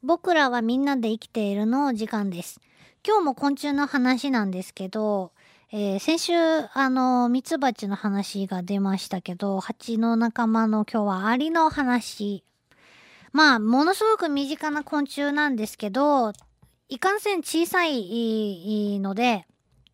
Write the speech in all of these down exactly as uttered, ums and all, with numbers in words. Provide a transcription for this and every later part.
僕らはみんなで生きているの時間です。今日も昆虫の話なんですけど、えー先週、あの、ミツバチの話が出ましたけど、蜂の仲間の今日はアリの話。まあ、ものすごく身近な昆虫なんですけど、いかんせん小さいので、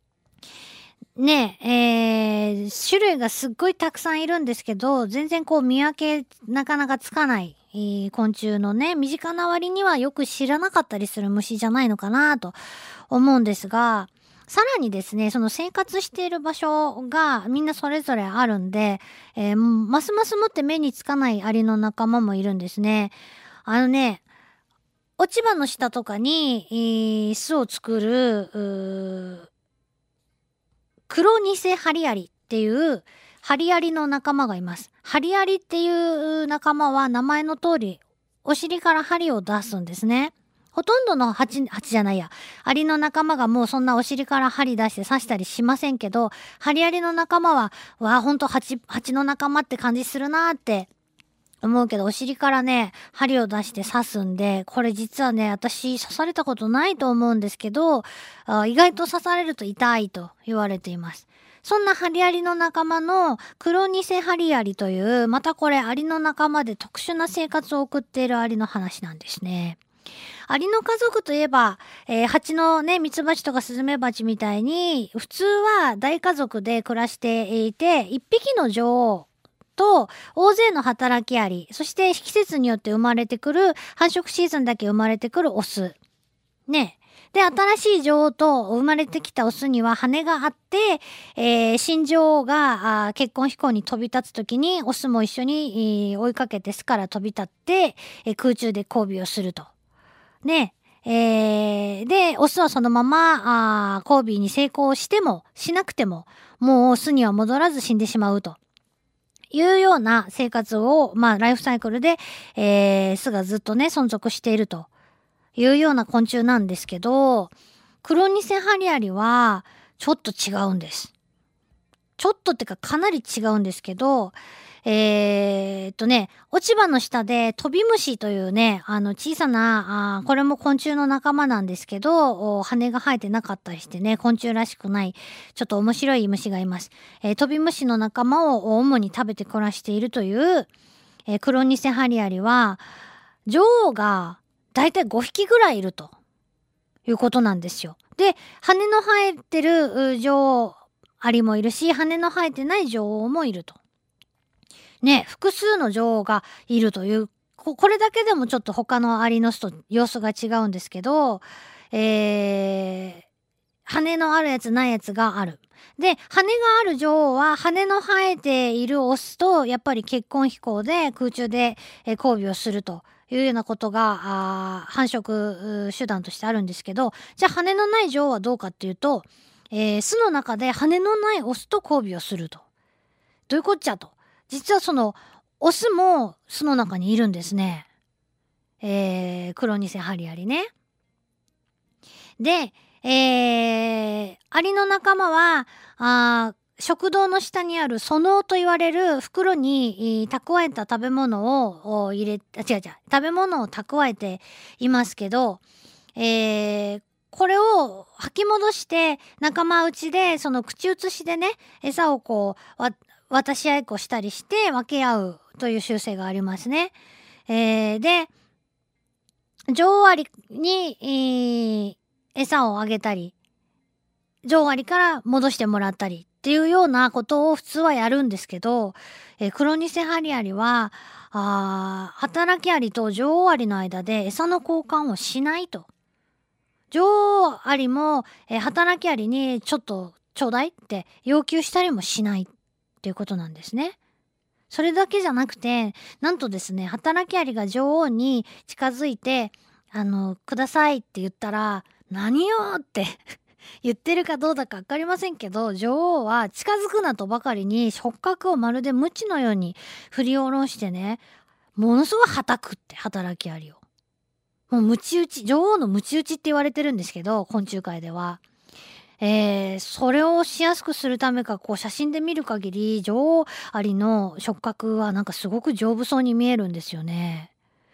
ねえ、えー種類がすっごいたくさんいるんですけど、全然こう見分けなかなかつかない、えー昆虫のね、身近な割にはよく知らなかったりする虫じゃないのかなと思うんですが、さらにですね、その生活している場所がみんなそれぞれあるんで、えーますますもって目につかないアリの仲間もいるんですね。あのね、落ち葉の下とかに、えー巣を作る、うー黒ニセハリアリっていうハリアリの仲間がいます。ハリアリっていう仲間は名前の通りお尻から針を出すんですね。ほとんどの蜂、蜂じゃないや。アリの仲間がもうそんなお尻から針出して刺したりしませんけど、ハリアリの仲間は、わあ、ほんと蜂、蜂の仲間って感じするなーって思うけど、お尻からね、針を出して刺すんで、これ実はね、私刺されたことないと思うんですけど、あ意外と刺されると痛いと言われています。そんなハリアリの仲間の黒ニセハリアリという、またこれアリの仲間で特殊な生活を送っているアリの話なんですね。アリの家族といえば、えー蜂のね、ミツバチとかスズメバチみたいに、普通は大家族で暮らしていて、一匹の女王と大勢の働きアリ、そして季節によって生まれてくる、繁殖シーズンだけ生まれてくるオス。ね。で、新しい女王と生まれてきたオスには羽があって、えー新女王があー結婚飛行に飛び立つときに、オスも一緒に、えー追いかけて巣から飛び立って、えー空中で交尾をすると。ね。えーで、オスはそのまま、あー交尾に成功しても、しなくても、もう巣には戻らず死んでしまうと。いうような生活を、まあ、ライフサイクルで、えー巣がずっとね、存続しているというような昆虫なんですけど、クロニセハリアリは、ちょっと違うんです。ちょっとってかかなり違うんですけど、えーっとね、落ち葉の下でトビムシというね、あの小さな、あーこれも昆虫の仲間なんですけど、お羽が生えてなかったりしてね、昆虫らしくない、ちょっと面白い虫がいます。えートビムシの仲間を主に食べて暮らしているという、えークロニセハリアリは、女王がだいたいごひきぐらいいるということなんですよ。で、羽の生えてるう女王アリもいるし、羽の生えてない女王もいると。ね、複数の女王がいるという、ここれだけでもちょっと他のアリの巣と様子が違うんですけど、えー、羽のあるやつないやつがある。で、羽がある女王は羽の生えているオスとやっぱり結婚飛行で空中で、えー交尾をするというようなことが、あー繁殖う手段としてあるんですけど、じゃあ羽のない女王はどうかっていうと、えー巣の中で羽のないオスと交尾をすると。どういうこっちゃと。実はその、オスも巣の中にいるんですね。えー、クロニセハリアリね。で、えー、アリの仲間は、あー食道の下にあるソノウと言われる袋にえー蓄えた食べ物をお入れ、あ、違う違う、食べ物を蓄えていますけど、えー、これを吐き戻して仲間内で、その口移しでね、餌をこう、わ渡し合いっこしたりして分け合うという習性がありますね。えー、で、女王アリに、えー餌をあげたり、女王アリから戻してもらったりっていうようなことを普通はやるんですけど、えークロニセハリアリは、あー働きアリと女王アリの間で餌の交換をしないと。女王アリも、えー働きアリにちょっとちょうだいって要求したりもしないっていうことなんですね。それだけじゃなくて、なんとですね、働きアリが女王に近づいて、あの、くださいって言ったら、何よって言ってるかどうだかわかりませんけど、女王は近づくなとばかりに触覚をまるで鞭のように振り下ろしてね、ものすごい叩くって働きアリを。もうムチ打ち、女王のムチ打ちって言われてるんですけど、昆虫界では。えー、それをしやすくするためか、こう写真で見る限り、女王アリの触覚はなんかすごく丈夫そうに見えるんですよね。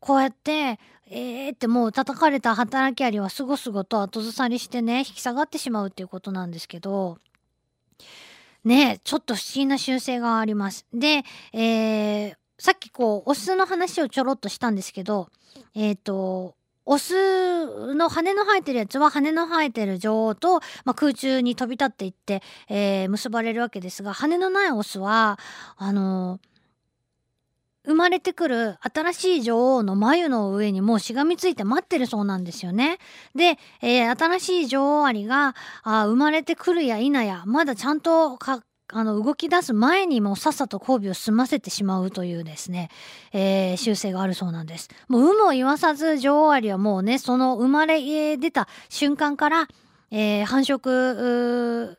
こうやって、えーってもう叩かれた働きアリはすごすごと後ずさりしてね、引き下がってしまうっていうことなんですけど、ね、ちょっと不思議な習性があります。で、えー、さっきこう、オスの話をちょろっとしたんですけど、えっと、オスの羽の生えてるやつは羽の生えてる女王と、まあ、空中に飛び立っていって、えー結ばれるわけですが、羽のないオスは、あの生まれてくる新しい女王の眉の上にもうしがみついて待ってるそうなんですよね。で、えー新しい女王アリがあー生まれてくるや否やまだちゃんとかあの動き出す前にもうさっさと交尾を済ませてしまうというですね、えー習性があるそうなんです。もう有無を言わさず女王アリはもうね、その生まれ出た瞬間から、えー繁殖うー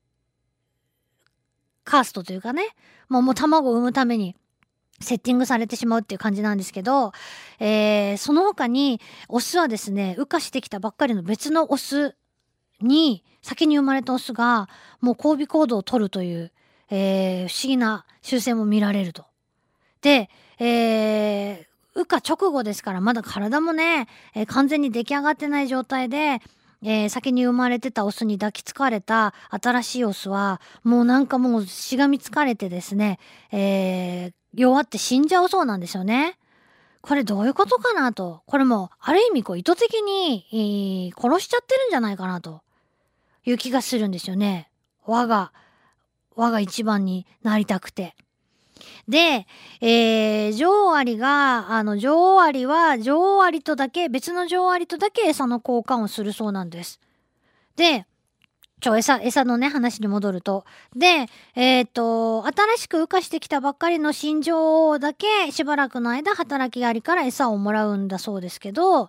カーストというかね、もうもう卵を産むためにセッティングされてしまうっていう感じなんですけど、えーその他にオスはですね、羽化してきたばっかりの別のオスに、先に生まれたオスがもう交尾行動を取るという、えー不思議な習性も見られると。で、えー羽化直後ですからまだ体もね、えー完全に出来上がってない状態で、えー先に生まれてたオスに抱きつかれた新しいオスはもうなんかもうしがみつかれてですね、えー弱って死んじゃうそうなんですよね。これどういうことかなと。これもある意味こう意図的に、えー殺しちゃってるんじゃないかなという気がするんですよね。我が、我が一番になりたくて。で、えー、女王アリが、あの、女王アリは、女王アリとだけ、別の女王アリとだけ餌の交換をするそうなんです。で、ちょ、餌、餌のね、話に戻ると。で、えっと、新しく羽化してきたばっかりの新女王だけ、しばらくの間、働きアリから餌をもらうんだそうですけど、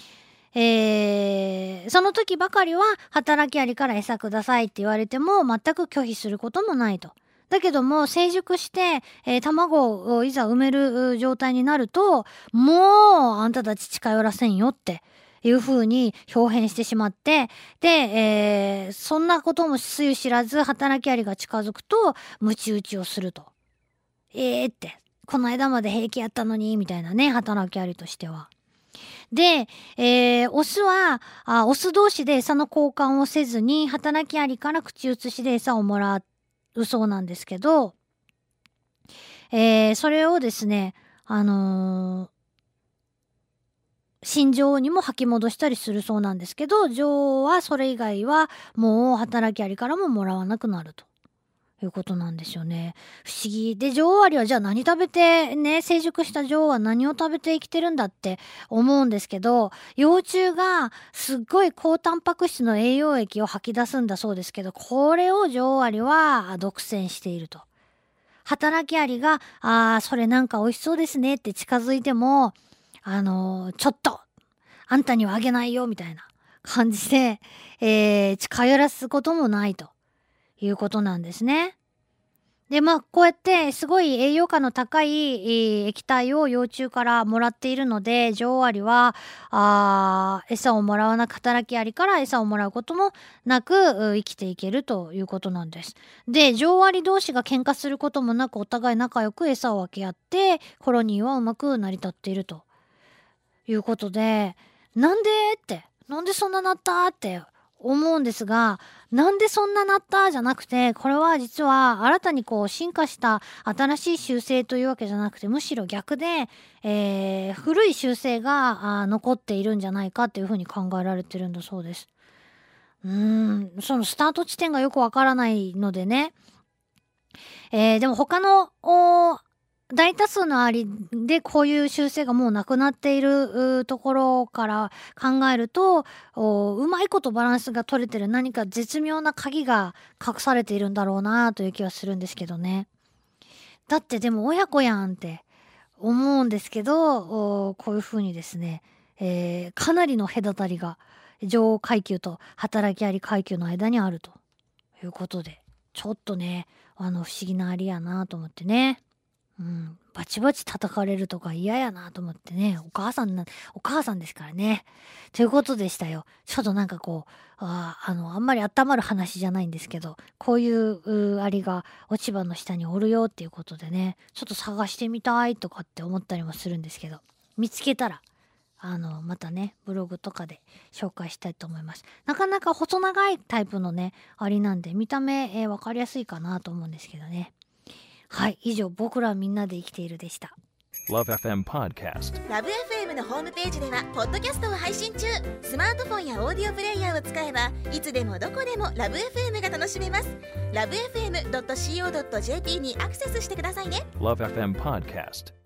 えー、その時ばかりは働きアリから餌くださいって言われても全く拒否することもないと。だけども成熟して、えー卵をいざ産めるう状態になると、もうあんたたち近寄らせんよっていう風に表変してしまって、で、えーそんなこともつゆ知らず働きアリが近づくとムチ打ちをすると。えーって、この間まで平気やったのにみたいなね、働きアリとしては。で、えーオスはあ、オス同士で餌の交換をせずに、働きアリから口移しで餌をもらうそうなんですけど、えーそれをですね、あのー新女王にも吐き戻したりするそうなんですけど、女王はそれ以外はもう働きアリからももらわなくなると。いうことなんですよね。不思議。で、女王アリはじゃあ何食べて、ね、成熟した女王は何を食べて生きてるんだって思うんですけど、幼虫がすっごい高タンパク質の栄養液を吐き出すんだそうですけど、これを女王アリは独占していると。働きアリが、ああ、それなんか美味しそうですねって近づいても、あのーちょっと、あんたにはあげないよみたいな感じで、えー近寄らすこともないということなんですね。で、まあ、こうやってすごい栄養価の高い、えー液体を幼虫からもらっているので、女王アリは、あー餌をもらわなく、働きアリから餌をもらうこともなく、う生きていけるということなんです。で、女王アリ同士が喧嘩することもなく、お互い仲良く餌を分け合って、コロニーはうまく成り立っているということで、なんでって、なんでそんななったって思うんですが、なんでそんななったじゃなくて、これは実は新たにこう進化した新しい習性というわけじゃなくて、むしろ逆で、えー古い習性があー残っているんじゃないかっていうふうに考えられてるんだそうです。うーん、そのスタート地点がよくわからないのでね、えーでも他のお大多数のアリでこういう習性がもうなくなっているうところから考えると、おうまいことバランスが取れてる何か絶妙な鍵が隠されているんだろうなという気はするんですけどね。だってでも親子やんって思うんですけど、おこういう風にですね、えーかなりの隔たりが女王階級と働きアリ階級の間にあるということで、ちょっとね、あの不思議なアリやなと思ってね。うん、バチバチ叩かれるとか嫌やなと思ってね、お母さんな、お母さんですからね。ということでしたよ。ちょっとなんかこう、あー、あの、あんまり温まる話じゃないんですけど、こういううアリが落ち葉の下におるよっていうことでね、ちょっと探してみたいとかって思ったりもするんですけど。 見つけたらあのまたねブログとかで紹介したいと思います。なかなか細長いタイプのねアリなんで見た目、えー、分かりやすいかなと思うんですけどね。はい、以上僕らみんなで生きているでした。 ラブ エフエム Podcast。 ラブ エフエム のホームページではポッドキャストを配信中。スマートフォンやオーディオプレイヤーを使えばいつでもどこでもラブ エフエム が楽しめます。 ラブエフエムドットシーオードットジェーピー にアクセスしてくださいね。 ラブ エフエム Podcast。